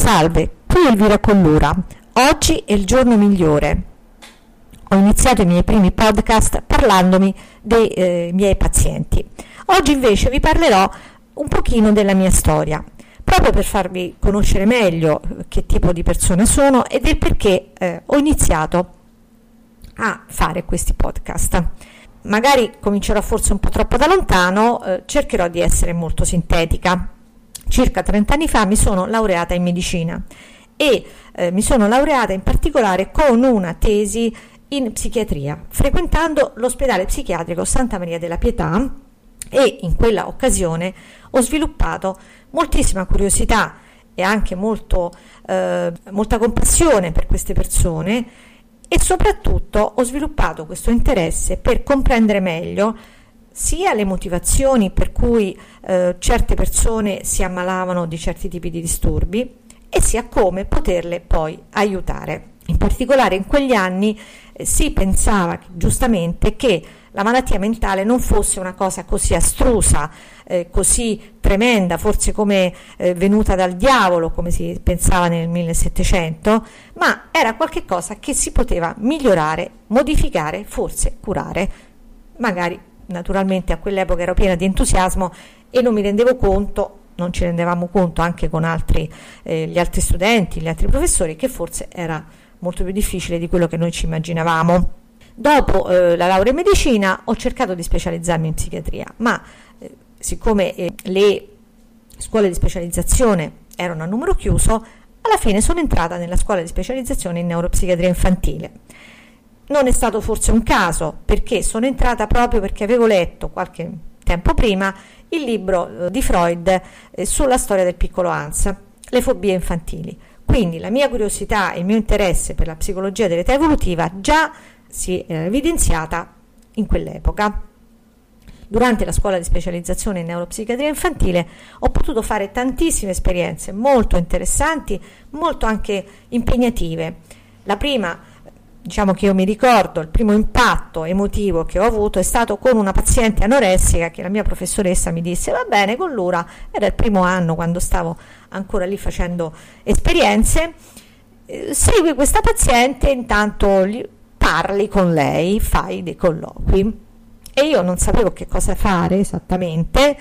Salve, qui Elvira Collura. Oggi è il giorno migliore. Ho iniziato i miei primi podcast parlandomi dei miei pazienti. Oggi invece vi parlerò un pochino della mia storia, proprio per farvi conoscere meglio che tipo di persona sono e del perché ho iniziato a fare questi podcast. Magari comincerò forse un po' troppo da lontano, cercherò di essere molto sintetica. Circa 30 anni fa mi sono laureata in medicina e mi sono laureata in particolare con una tesi in psichiatria, frequentando l'ospedale psichiatrico Santa Maria della Pietà, e in quella occasione ho sviluppato moltissima curiosità e anche molta compassione per queste persone, e soprattutto ho sviluppato questo interesse per comprendere meglio sia le motivazioni per cui certe persone si ammalavano di certi tipi di disturbi e sia come poterle poi aiutare. In particolare in quegli anni si pensava giustamente che la malattia mentale non fosse una cosa così astrusa, così tremenda, forse come venuta dal diavolo, come si pensava nel 1700, ma era qualche cosa che si poteva migliorare, modificare, forse curare. Magari, naturalmente, a quell'epoca ero piena di entusiasmo e non ci rendevamo conto anche con gli altri studenti, gli altri professori, che forse era molto più difficile di quello che noi ci immaginavamo. Dopo la laurea in medicina ho cercato di specializzarmi in psichiatria, ma siccome le scuole di specializzazione erano a numero chiuso, alla fine sono entrata nella scuola di specializzazione in neuropsichiatria infantile. Non è stato forse un caso, perché sono entrata proprio perché avevo letto qualche tempo prima il libro di Freud sulla storia del piccolo Hans, le fobie infantili. Quindi la mia curiosità e il mio interesse per la psicologia dell'età evolutiva già si è evidenziata in quell'epoca. Durante la scuola di specializzazione in neuropsichiatria infantile ho potuto fare tantissime esperienze molto interessanti, molto anche impegnative. La prima, che io mi ricordo, il primo impatto emotivo che ho avuto è stato con una paziente anoressica che la mia professoressa mi disse: va bene, Collura, era il primo anno quando stavo ancora lì facendo esperienze, segui questa paziente, intanto parli con lei, fai dei colloqui. E io non sapevo che cosa fare esattamente,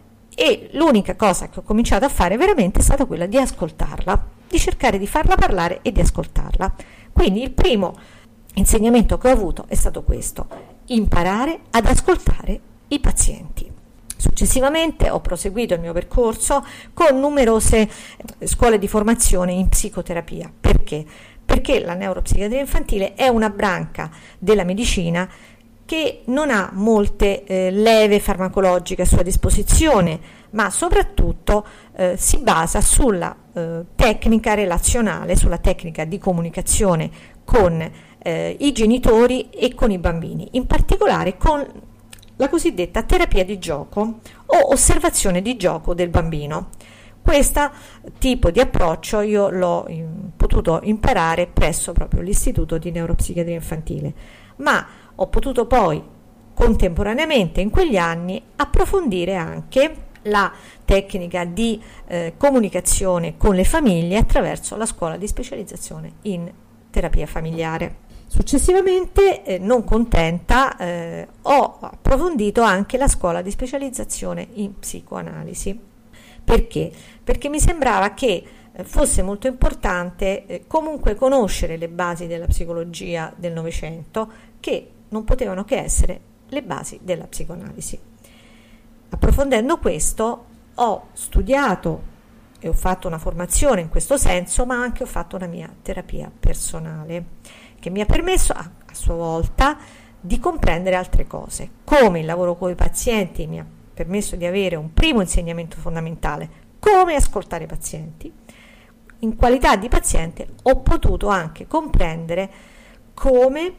e l'unica cosa che ho cominciato a fare veramente è stata quella di ascoltarla, di cercare di farla parlare e di ascoltarla. Quindi il primo insegnamento che ho avuto è stato questo: imparare ad ascoltare i pazienti. Successivamente ho proseguito il mio percorso con numerose scuole di formazione in psicoterapia. Perché? Perché la neuropsichiatria infantile è una branca della medicina che non ha molte leve farmacologiche a sua disposizione, ma soprattutto si basa sulla tecnica relazionale, sulla tecnica di comunicazione con i genitori e con i bambini, in particolare con la cosiddetta terapia di gioco o osservazione di gioco del bambino. Questo tipo di approccio io l'ho potuto imparare presso proprio l'Istituto di Neuropsichiatria Infantile, ma ho potuto poi contemporaneamente in quegli anni approfondire anche la tecnica di comunicazione con le famiglie attraverso la scuola di specializzazione in terapia familiare. Successivamente, non contenta, ho approfondito anche la scuola di specializzazione in psicoanalisi. Perché? Perché mi sembrava che fosse molto importante comunque conoscere le basi della psicologia del Novecento, che non potevano che essere le basi della psicoanalisi. Approfondendo questo, ho studiato e ho fatto una formazione in questo senso, ma anche ho fatto una mia terapia personale, che mi ha permesso a sua volta di comprendere altre cose, come il lavoro con i pazienti mi ha permesso di avere un primo insegnamento fondamentale: come ascoltare i pazienti. In qualità di paziente ho potuto anche comprendere come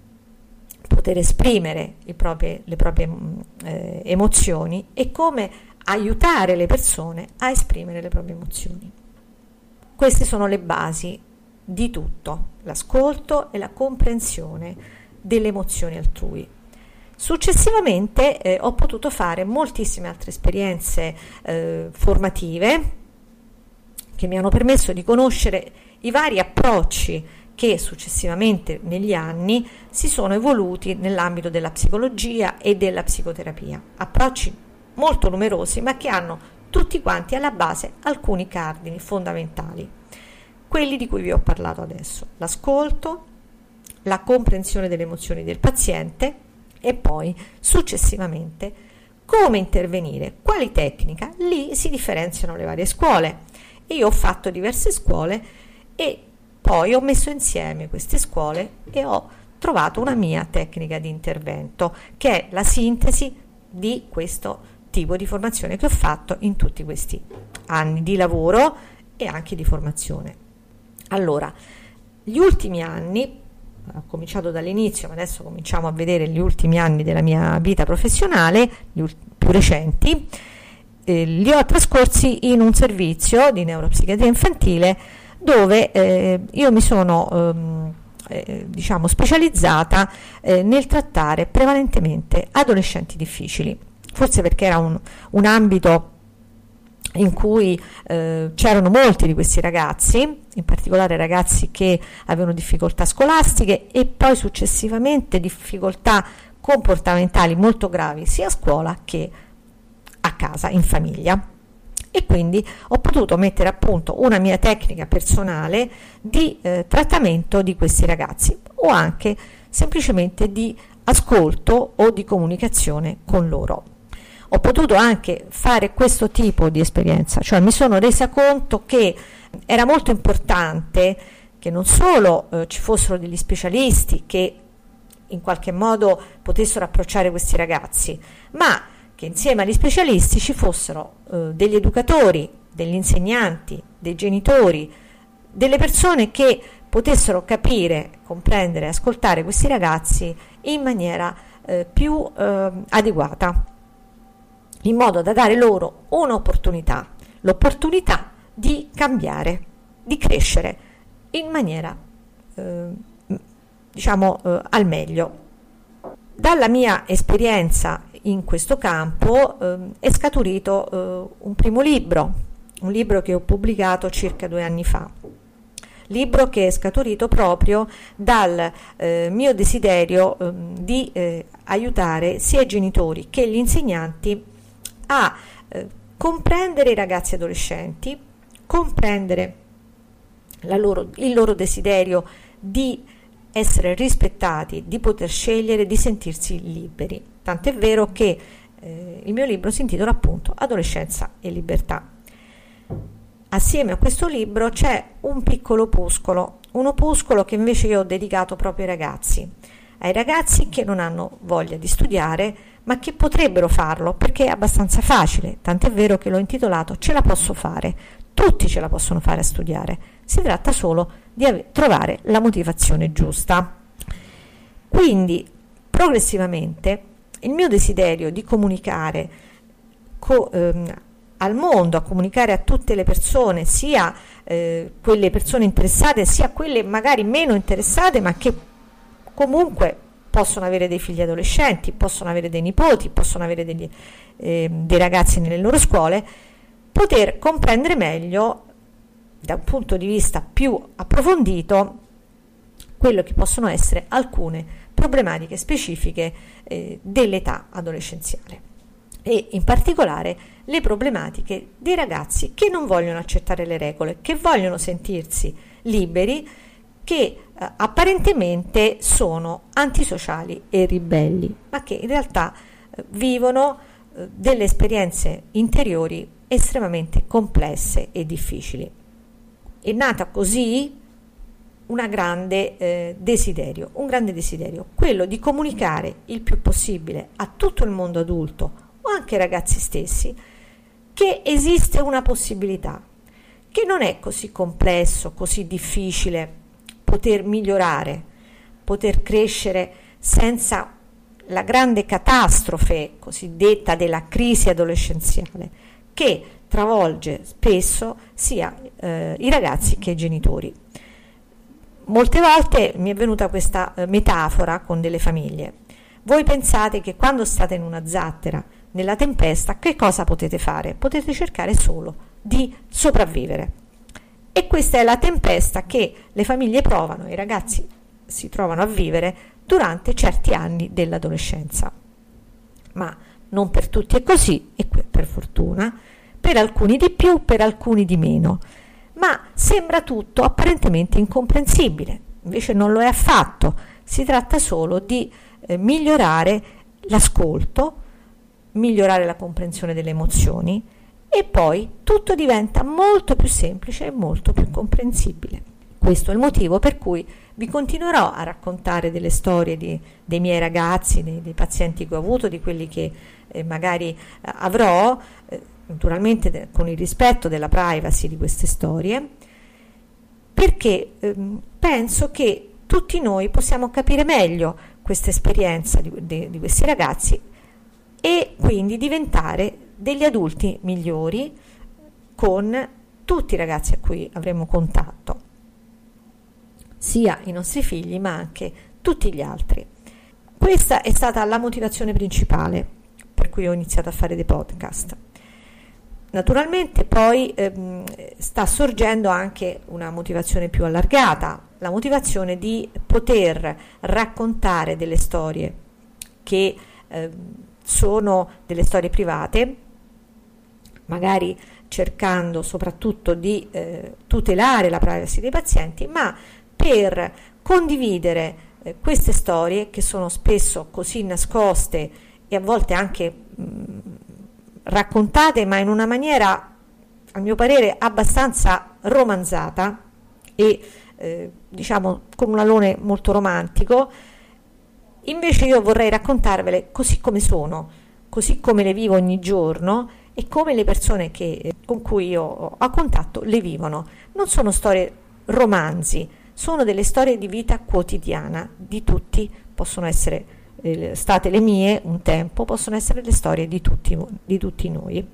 poter esprimere le proprie emozioni e come aiutare le persone a esprimere le proprie emozioni. Queste sono le basi di tutto: l'ascolto e la comprensione delle emozioni altrui. Successivamente ho potuto fare moltissime altre esperienze formative che mi hanno permesso di conoscere i vari approcci che successivamente negli anni si sono evoluti nell'ambito della psicologia e della psicoterapia. Approcci molto numerosi, ma che hanno tutti quanti alla base alcuni cardini fondamentali, quelli di cui vi ho parlato adesso: l'ascolto, la comprensione delle emozioni del paziente e poi successivamente come intervenire, quali tecnica. Lì si differenziano le varie scuole e io ho fatto diverse scuole e poi ho messo insieme queste scuole e ho trovato una mia tecnica di intervento, che è la sintesi di questo tipo di formazione che ho fatto in tutti questi anni di lavoro e anche di formazione. Allora, gli ultimi anni, ho cominciato dall'inizio, ma adesso cominciamo a vedere gli ultimi anni della mia vita professionale, più recenti, li ho trascorsi in un servizio di neuropsichiatria infantile dove io mi sono specializzata nel trattare prevalentemente adolescenti difficili, forse perché era un ambito in cui c'erano molti di questi ragazzi, in particolare ragazzi che avevano difficoltà scolastiche e poi successivamente difficoltà comportamentali molto gravi sia a scuola che a casa, in famiglia. E quindi ho potuto mettere a punto una mia tecnica personale di trattamento di questi ragazzi, o anche semplicemente di ascolto o di comunicazione con loro. Ho potuto anche fare questo tipo di esperienza, cioè mi sono resa conto che era molto importante che non solo ci fossero degli specialisti che in qualche modo potessero approcciare questi ragazzi, ma che insieme agli specialisti ci fossero degli educatori, degli insegnanti, dei genitori, delle persone che potessero capire, comprendere e ascoltare questi ragazzi in maniera più adeguata, in modo da dare loro un'opportunità, l'opportunità di cambiare, di crescere in maniera al meglio. Dalla mia esperienza in questo campo è scaturito un primo libro, un libro che ho pubblicato circa 2 anni fa, libro che è scaturito proprio dal mio desiderio di aiutare sia i genitori che gli insegnanti a comprendere i ragazzi adolescenti, comprendere il loro desiderio di essere rispettati, di poter scegliere, di sentirsi liberi. Tant'è vero che il mio libro si intitola appunto Adolescenza e libertà. Assieme a questo libro c'è un piccolo opuscolo, un opuscolo che invece io ho dedicato proprio ai ragazzi che non hanno voglia di studiare, ma che potrebbero farlo perché è abbastanza facile, tant'è vero che l'ho intitolato Ce la posso fare, tutti ce la possono fare a studiare, si tratta solo di trovare la motivazione giusta. Quindi progressivamente il mio desiderio di comunicare al mondo, a comunicare a tutte le persone, sia quelle persone interessate, sia quelle magari meno interessate, ma che comunque possono avere dei figli adolescenti, possono avere dei nipoti, possono avere dei ragazzi nelle loro scuole, poter comprendere meglio da un punto di vista più approfondito quello che possono essere alcune problematiche specifiche dell'età adolescenziale e in particolare le problematiche dei ragazzi che non vogliono accettare le regole, che vogliono sentirsi liberi, che apparentemente sono antisociali e ribelli, ma che in realtà vivono delle esperienze interiori estremamente complesse e difficili. È nata così un grande desiderio, quello di comunicare il più possibile a tutto il mondo adulto o anche ai ragazzi stessi che esiste una possibilità, che non è così complesso, così difficile poter migliorare, poter crescere senza la grande catastrofe cosiddetta della crisi adolescenziale che travolge spesso sia i ragazzi che i genitori. Molte volte mi è venuta questa metafora con delle famiglie. Voi pensate che quando state in una zattera, nella tempesta, che cosa potete fare? Potete cercare solo di sopravvivere. E questa è la tempesta che le famiglie provano, i ragazzi si trovano a vivere durante certi anni dell'adolescenza. Ma non per tutti è così, e per fortuna, per alcuni di più, per alcuni di meno. Ma sembra tutto apparentemente incomprensibile, invece non lo è affatto. Si tratta solo di migliorare l'ascolto, migliorare la comprensione delle emozioni, e poi tutto diventa molto più semplice e molto più comprensibile. Questo è il motivo per cui vi continuerò a raccontare delle storie dei miei ragazzi, dei pazienti che ho avuto, di quelli che magari avrò, naturalmente con il rispetto della privacy di queste storie, perché penso che tutti noi possiamo capire meglio questa esperienza di questi ragazzi e quindi diventare degli adulti migliori con tutti i ragazzi a cui avremo contatto, sia i nostri figli ma anche tutti gli altri. Questa è stata la motivazione principale per cui ho iniziato a fare dei podcast. Naturalmente poi sta sorgendo anche una motivazione più allargata, la motivazione di poter raccontare delle storie che sono delle storie private, magari cercando soprattutto di tutelare la privacy dei pazienti, ma per condividere queste storie che sono spesso così nascoste e a volte anche raccontate, ma in una maniera, a mio parere, abbastanza romanzata e diciamo con un alone molto romantico. Invece io vorrei raccontarvele così come sono, così come le vivo ogni giorno e come le persone con cui io ho a contatto le vivono. Non sono storie romanzi, sono delle storie di vita quotidiana di tutti, possono essere state le mie un tempo, possono essere le storie di tutti noi.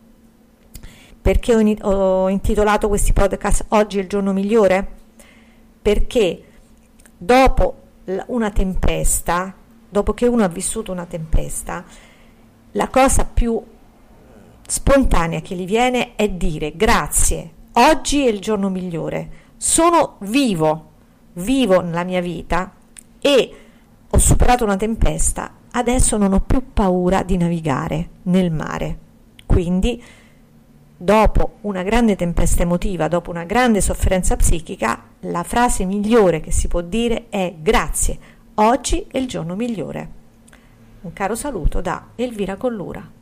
Perché ho intitolato questi podcast Oggi è il giorno migliore? Perché dopo una tempesta, dopo che uno ha vissuto una tempesta, la cosa più spontanea che gli viene è dire grazie, oggi è il giorno migliore, sono vivo la mia vita e ho superato una tempesta, adesso non ho più paura di navigare nel mare. Quindi dopo una grande tempesta emotiva, dopo una grande sofferenza psichica, la frase migliore che si può dire è grazie, oggi è il giorno migliore. Un caro saluto da Elvira Collura.